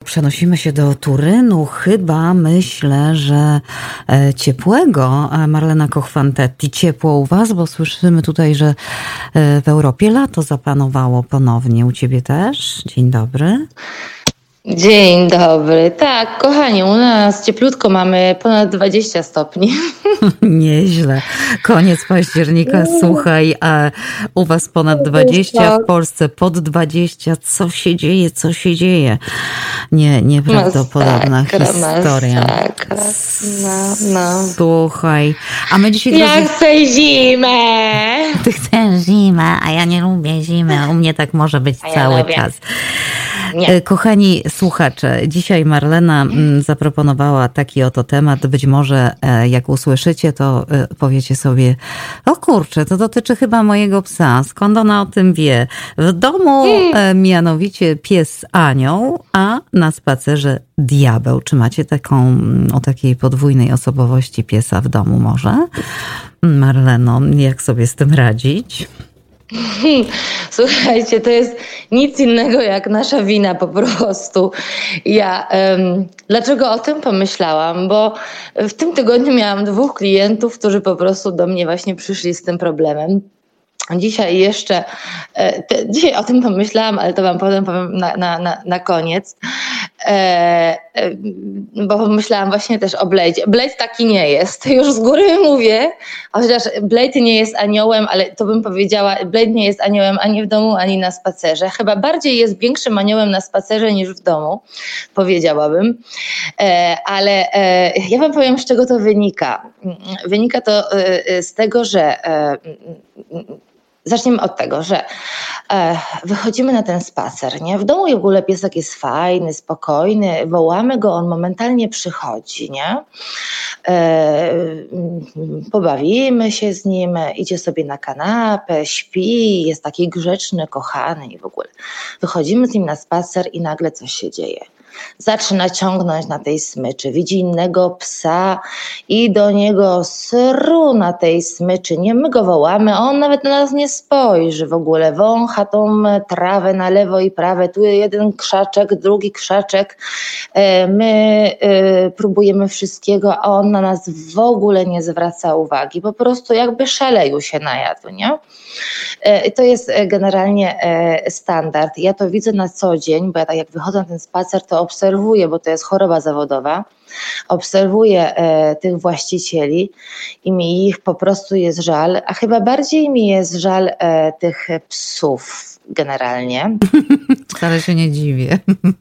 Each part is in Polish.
przenosimy się do Turynu. Chyba myślę, że ciepłego. Marlena Koch-Fantetti, ciepło u was? Bo słyszymy tutaj, że w Europie lato zapanowało ponownie. U ciebie też? Dzień dobry. Dzień dobry. Tak, kochani, u nas cieplutko, mamy ponad 20 stopni. Nieźle. Koniec października, słuchaj, a u was ponad 20, w Polsce pod 20. Co się dzieje? Co się dzieje? Nieprawdopodobna historia. Masakra. No. Słuchaj, a my dzisiaj... Ja chcę zimę! Ty chcesz zimę, a ja nie lubię zimy. U mnie tak może być cały czas. Nie. Kochani słuchacze, dzisiaj Marlena zaproponowała taki oto temat. Być może jak usłyszycie, to powiecie sobie, o kurczę, to dotyczy chyba mojego psa. Skąd ona o tym wie? W domu mianowicie pies anioł, a na spacerze diabeł. Czy macie o takiej podwójnej osobowości piesa w domu może? Marleno, jak sobie z tym radzić? Słuchajcie, to jest nic innego jak nasza wina po prostu. Dlaczego o tym pomyślałam? Bo w tym tygodniu miałam 2 klientów, którzy po prostu do mnie właśnie przyszli z tym problemem. Dzisiaj o tym pomyślałam, ale to wam potem powiem na koniec, bo pomyślałam właśnie też o Blade'zie. Blade taki nie jest, już z góry mówię, chociaż Blade nie jest aniołem, ale to bym powiedziała, Blade nie jest aniołem ani w domu, ani na spacerze. Chyba bardziej jest większym aniołem na spacerze niż w domu, powiedziałabym. Ale ja wam powiem, z czego to wynika. Wynika to z tego, że zaczniemy od tego, że wychodzimy na ten spacer, nie? W domu w ogóle piesek jest fajny, spokojny, wołamy go, on momentalnie przychodzi, nie? Pobawimy się z nim, idzie sobie na kanapę, śpi, jest taki grzeczny, kochany i w ogóle. Wychodzimy z nim na spacer i nagle coś się dzieje. Zaczyna ciągnąć na tej smyczy, widzi innego psa i do niego sru na tej smyczy. Nie, my go wołamy, a on nawet na nas nie spojrzy w ogóle. Wącha tą trawę na lewo i prawo, tu jeden krzaczek, drugi krzaczek. My próbujemy wszystkiego, a on na nas w ogóle nie zwraca uwagi. Po prostu jakby szaleju się najadł, nie? To jest generalnie standard. Ja to widzę na co dzień, bo ja tak jak wychodzę na ten spacer, to obserwuję, bo to jest choroba zawodowa, obserwuję tych właścicieli i mi ich po prostu jest żal, a chyba bardziej mi jest żal tych psów generalnie. Wcale się nie dziwię.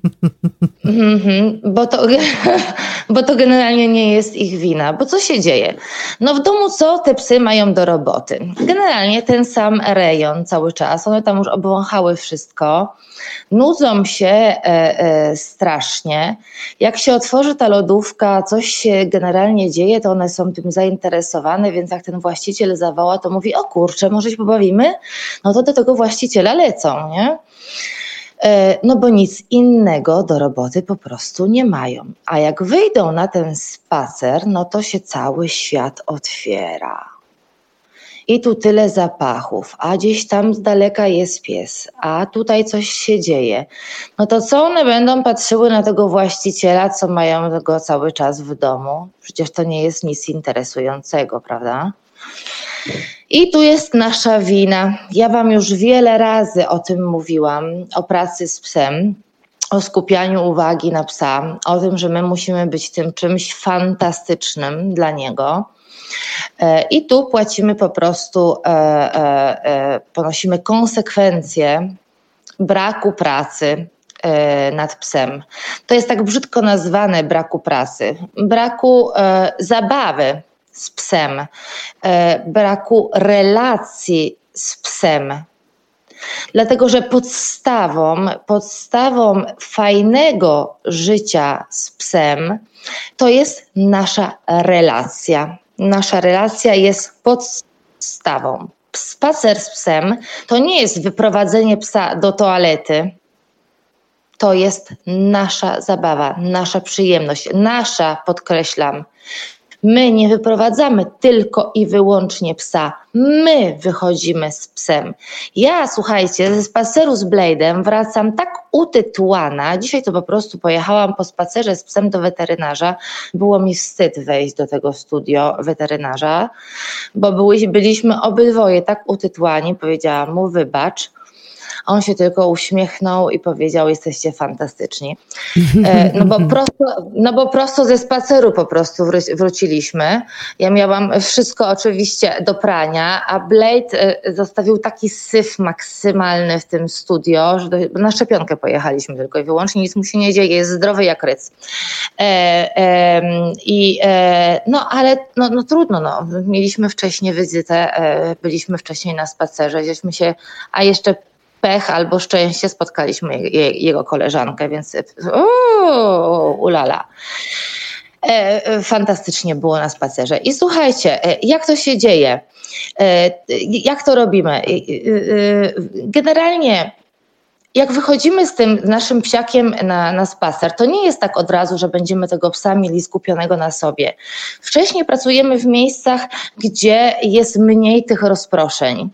Bo to generalnie nie jest ich wina. Bo co się dzieje? No w domu co te psy mają do roboty? Generalnie ten sam rejon cały czas. One tam już obwąchały wszystko. Nudzą się strasznie. Jak się otworzy ta lodówka, coś się generalnie dzieje, to one są tym zainteresowane, więc jak ten właściciel zawoła, to mówi, o kurczę, może się pobawimy? No to do tego właściciela lecą, nie? No bo nic innego do roboty po prostu nie mają. A jak wyjdą na ten spacer, no to się cały świat otwiera. I tu tyle zapachów, a gdzieś tam z daleka jest pies, a tutaj coś się dzieje. No to co one będą patrzyły na tego właściciela, co mają go cały czas w domu? Przecież to nie jest nic interesującego, prawda? I tu jest nasza wina. Ja wam już wiele razy o tym mówiłam, o pracy z psem, o skupianiu uwagi na psa, o tym, że my musimy być tym czymś fantastycznym dla niego. I tu płacimy po prostu, ponosimy konsekwencje braku pracy nad psem. To jest tak brzydko nazwane braku pracy, braku zabawy z psem, braku relacji z psem. Dlatego, że podstawą fajnego życia z psem to jest nasza relacja. Nasza relacja jest podstawą. Spacer z psem to nie jest wyprowadzenie psa do toalety. To jest nasza zabawa, nasza przyjemność, nasza, podkreślam, My nie wyprowadzamy tylko i wyłącznie psa. My wychodzimy z psem. Ja, słuchajcie, ze spaceru z Blade'em wracam tak utytułana. Dzisiaj to po prostu pojechałam po spacerze z psem do weterynarza. Było mi wstyd wejść do tego studio weterynarza, bo byliśmy obydwoje tak utytułani. Powiedziałam mu, wybacz. On się tylko uśmiechnął i powiedział, jesteście fantastyczni. No bo prosto ze spaceru po prostu wróciliśmy. Ja miałam wszystko oczywiście do prania, a Blade zostawił taki syf maksymalny w tym studio, że na szczepionkę pojechaliśmy tylko i wyłącznie, nic mu się nie dzieje, jest zdrowy jak ryc. Ale trudno, mieliśmy wcześniej wizytę, byliśmy wcześniej na spacerze, żeśmy się, a jeszcze pech albo szczęście spotkaliśmy jego koleżankę, więc ulala. Fantastycznie było na spacerze. I słuchajcie, jak to się dzieje? Jak to robimy? Generalnie jak wychodzimy z tym naszym psiakiem na spacer, to nie jest tak od razu, że będziemy tego psa mieli skupionego na sobie. Wcześniej pracujemy w miejscach, gdzie jest mniej tych rozproszeń.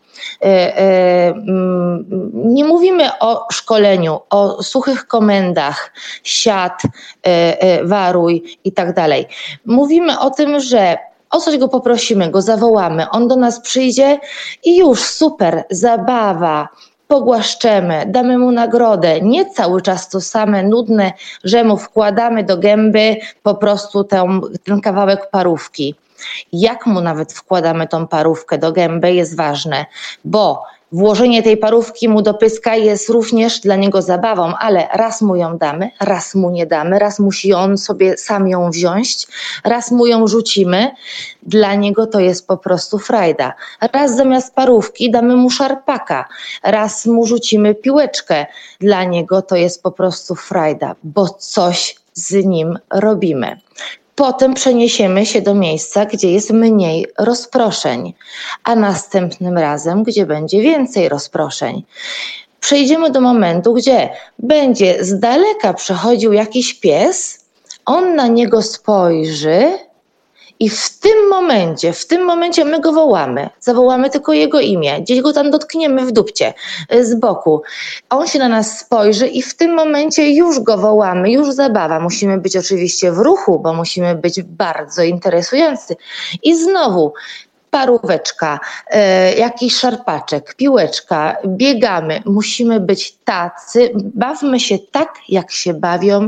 Nie mówimy o szkoleniu, o suchych komendach, siad, waruj i tak dalej. Mówimy o tym, że o coś go poprosimy, go zawołamy, on do nas przyjdzie i już super, zabawa, pogłaszczemy, damy mu nagrodę, nie cały czas to same nudne, że mu wkładamy do gęby po prostu ten kawałek parówki. Jak mu nawet wkładamy tą parówkę do gęby jest ważne, bo włożenie tej parówki mu do pyska jest również dla niego zabawą, ale raz mu ją damy, raz mu nie damy, raz musi on sobie sam ją wziąć, raz mu ją rzucimy. Dla niego to jest po prostu frajda. Raz zamiast parówki damy mu szarpaka, raz mu rzucimy piłeczkę. Dla niego to jest po prostu frajda, bo coś z nim robimy. Potem przeniesiemy się do miejsca, gdzie jest mniej rozproszeń, a następnym razem, gdzie będzie więcej rozproszeń. Przejdziemy do momentu, gdzie będzie z daleka przechodził jakiś pies, on na niego spojrzy i w tym momencie my go zawołamy tylko jego imię, gdzieś go tam dotkniemy w dupcie, z boku. On się na nas spojrzy i w tym momencie już go wołamy, już zabawa. Musimy być oczywiście w ruchu, bo musimy być bardzo interesujący. I znowu paróweczka, jakiś szarpaczek, piłeczka, biegamy. Musimy być tacy, bawmy się tak, jak się bawią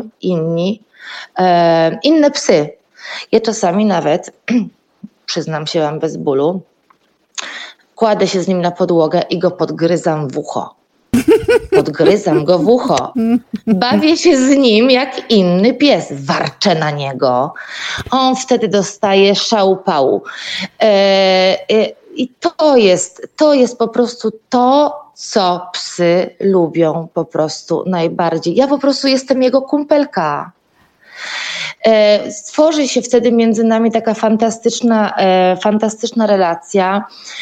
inne psy. Ja czasami nawet, przyznam się wam bez bólu, kładę się z nim na podłogę i go podgryzam w ucho. Podgryzam go w ucho. Bawię się z nim jak inny pies. Warczę na niego. On wtedy dostaje szału-pału. I to jest po prostu to, co psy lubią po prostu najbardziej. Ja po prostu jestem jego kumpelka. Stworzy się wtedy między nami taka fantastyczna relacja,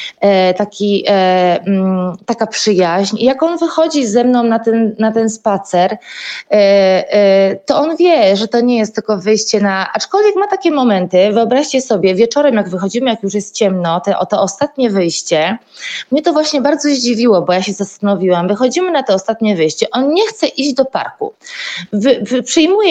taka przyjaźń. I jak on wychodzi ze mną na ten spacer, to on wie, że to nie jest tylko wyjście aczkolwiek ma takie momenty, wyobraźcie sobie, wieczorem jak wychodzimy, jak już jest ciemno, to ostatnie wyjście, mnie to właśnie bardzo zdziwiło, bo ja się zastanowiłam, wychodzimy na to ostatnie wyjście, on nie chce iść do parku, przyjmuje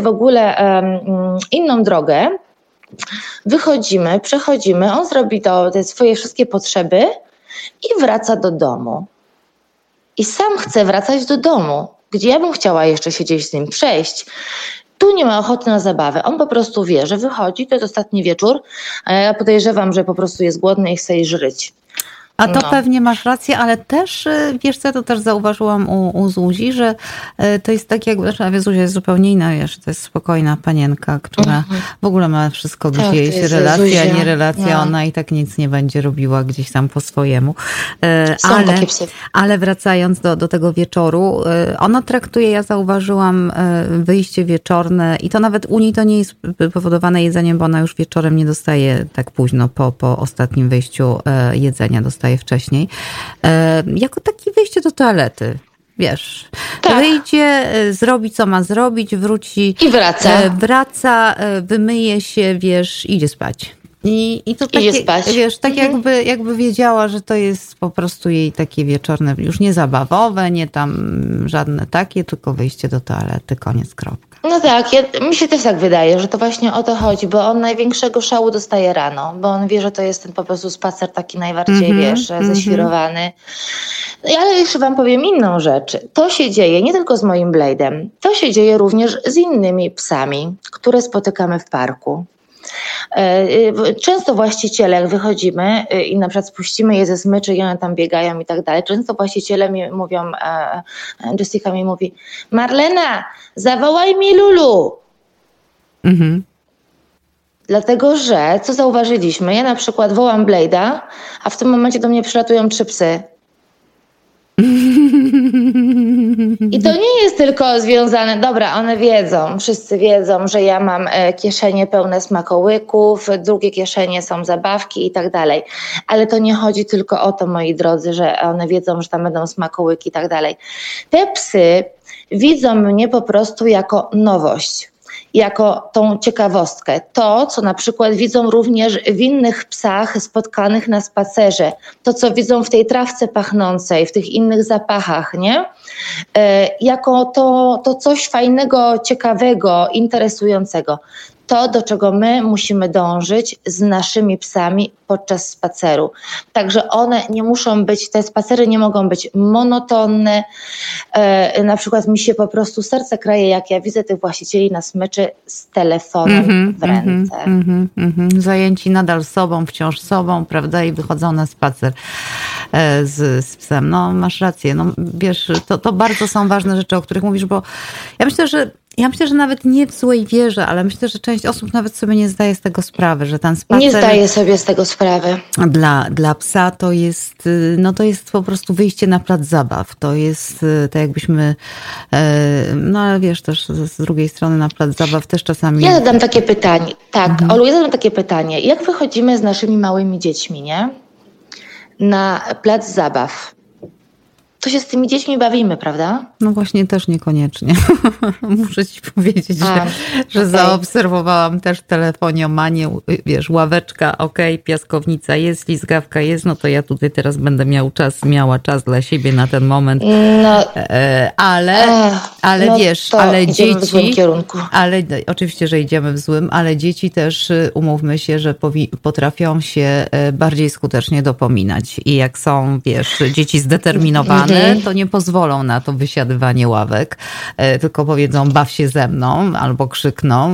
inną drogę, wychodzimy, przechodzimy, on zrobi te swoje wszystkie potrzeby i wraca do domu. I sam chce wracać do domu, gdzie ja bym chciała jeszcze się gdzieś z nim przejść. Tu nie ma ochoty na zabawę. On po prostu wie, że wychodzi, to jest ostatni wieczór, a ja podejrzewam, że po prostu jest głodny i chce iść żryć. A to pewnie masz rację, ale też, wiesz co, to też zauważyłam u Zuzi, że to jest tak jakby, Zuzia jest zupełnie inna, wiesz, to jest spokojna panienka, która w ogóle ma wszystko gdzieś, relacja, nie relacja, ona i tak nic nie będzie robiła gdzieś tam po swojemu. Ale wracając do tego wieczoru, ona traktuje, ja zauważyłam, wyjście wieczorne i to nawet u niej to nie jest powodowane jedzeniem, bo ona już wieczorem nie dostaje tak późno po ostatnim wyjściu jedzenia, dostaje wcześniej, jako takie wyjście do toalety. wiesz, Tak. wyjdzie, zrobi co ma zrobić, wróci. I wraca. Wraca, wymyje się, wiesz, idzie spać. I to takie, Idzie spać. wiesz, tak jakby wiedziała, że to jest po prostu jej takie wieczorne, już nie zabawowe, nie tam żadne takie, tylko wyjście do toalety, koniec, kropka. No tak, mi się też tak wydaje, że to właśnie o to chodzi, bo on największego szału dostaje rano, bo on wie, że to jest ten po prostu spacer taki najbardziej, wiesz, ześwirowany. Ale jeszcze wam powiem inną rzecz. To się dzieje nie tylko z moim Blade'em, to się dzieje również z innymi psami, które spotykamy w parku. Często właściciele, jak wychodzimy i na przykład spuścimy je ze smyczy i one tam biegają i tak dalej, często właściciele mi mówią, Jessica mi mówi, Marlena, zawołaj mi Lulu. Dlatego, że co zauważyliśmy, ja na przykład wołam Blade'a, a w tym momencie do mnie przylatują 3 psy. I to nie jest tylko związane, dobra, one wiedzą, wszyscy wiedzą, że ja mam kieszenie pełne smakołyków, drugie kieszenie są zabawki i tak dalej. Ale to nie chodzi tylko o to, moi drodzy, że one wiedzą, że tam będą smakołyki i tak dalej. Te psy widzą mnie po prostu jako nowość, jako tą ciekawostkę. To, co na przykład widzą również w innych psach spotkanych na spacerze. To, co widzą w tej trawce pachnącej, w tych innych zapachach, nie? Jako to coś fajnego, ciekawego, interesującego. To, do czego my musimy dążyć z naszymi psami podczas spaceru. Także one nie muszą być, te spacery nie mogą być monotonne. Na przykład mi się po prostu serce kraje, jak ja widzę tych właścicieli na smyczy z telefonem w ręce. Zajęci nadal sobą, wciąż sobą, prawda? I wychodzą na spacer z psem. No masz rację. No, wiesz, to bardzo są ważne rzeczy, o których mówisz, bo ja myślę, że nawet nie w złej wierze, ale myślę, że część osób nawet sobie nie zdaje z tego sprawy, że ten spacer... Nie zdaje sobie z tego sprawy. Dla psa to jest, no to jest po prostu wyjście na plac zabaw. To jest tak jakbyśmy, no ale wiesz też z drugiej strony na plac zabaw też czasami... Ja zadam takie pytanie. Tak, Olu, ja zadam takie pytanie. Jak wychodzimy z naszymi małymi dziećmi, nie? Na plac zabaw. To się z tymi dziećmi bawimy, prawda? No właśnie też niekoniecznie. Muszę ci powiedzieć, że zaobserwowałam też w telefonie manię, wiesz, ławeczka, okej, piaskownica jest, ślizgawka jest, no to ja tutaj teraz będę miała czas dla siebie na ten moment. No, ale no wiesz, ale dzieci... w złym kierunku. Ale oczywiście, że idziemy w złym, ale dzieci też, umówmy się, że potrafią się bardziej skutecznie dopominać. I jak są, wiesz, dzieci zdeterminowane, to nie pozwolą na to wysiadywanie ławek, tylko powiedzą baw się ze mną albo krzykną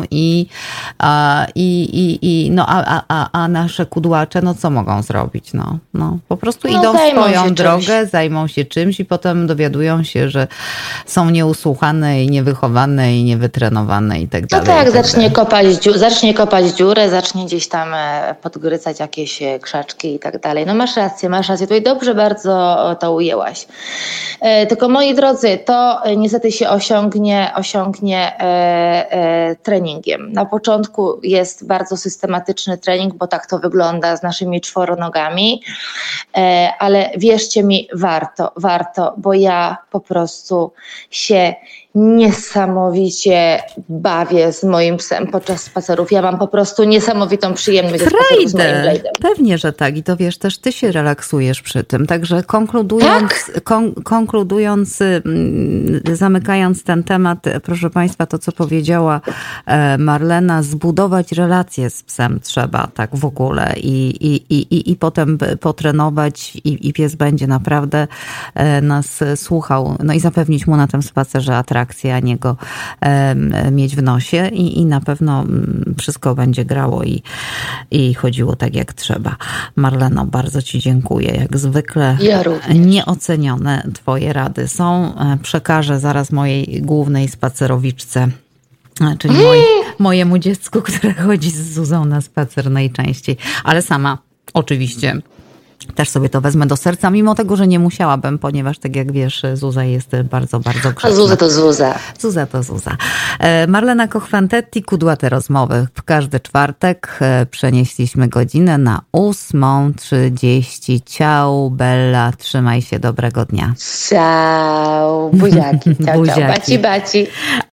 a nasze kudłacze, no co mogą zrobić? No po prostu idą swoją drogę, zajmą się czymś i potem dowiadują się, że są nieusłuchane i niewychowane i niewytrenowane i tak dalej. No tak, zacznie kopać dziurę, zacznie gdzieś tam podgrycać jakieś krzaczki i tak dalej. No masz rację. Tutaj dobrze bardzo to ujęłaś. Tylko moi drodzy, to niestety się osiągnie treningiem. Na początku jest bardzo systematyczny trening, bo tak to wygląda z naszymi czworonogami, ale wierzcie mi, warto, bo ja po prostu się niesamowicie bawię z moim psem podczas spacerów. Ja mam po prostu niesamowitą przyjemność ze spacerów z moim Blade'em. Pewnie, że tak. I to wiesz, też ty się relaksujesz przy tym. Także konkludując, zamykając ten temat, proszę Państwa, to co powiedziała Marlena, zbudować relacje z psem trzeba tak w ogóle i potem potrenować i pies będzie naprawdę nas słuchał. No i zapewnić mu na tym spacerze atrakcję, a nie go mieć w nosie i na pewno wszystko będzie grało i chodziło tak jak trzeba. Marleno, bardzo ci dziękuję. Jak zwykle nieocenione twoje rady są. Przekażę zaraz mojej głównej spacerowiczce, czyli mojemu dziecku, które chodzi z Zuzą na spacer najczęściej, ale sama oczywiście Też sobie to wezmę do serca, mimo tego, że nie musiałabym, ponieważ tak jak wiesz, Zuza jest bardzo, bardzo grzeczna. A Zuza to Zuza. Zuza to Zuza. Marlena Koch-Fantetti, Kudłate rozmowy. W każdy czwartek przenieśliśmy godzinę na 8:30. Ciao, Bella, trzymaj się, dobrego dnia. Ciao, buziaki. Ciao, Buziaki. ciao, baci, baci.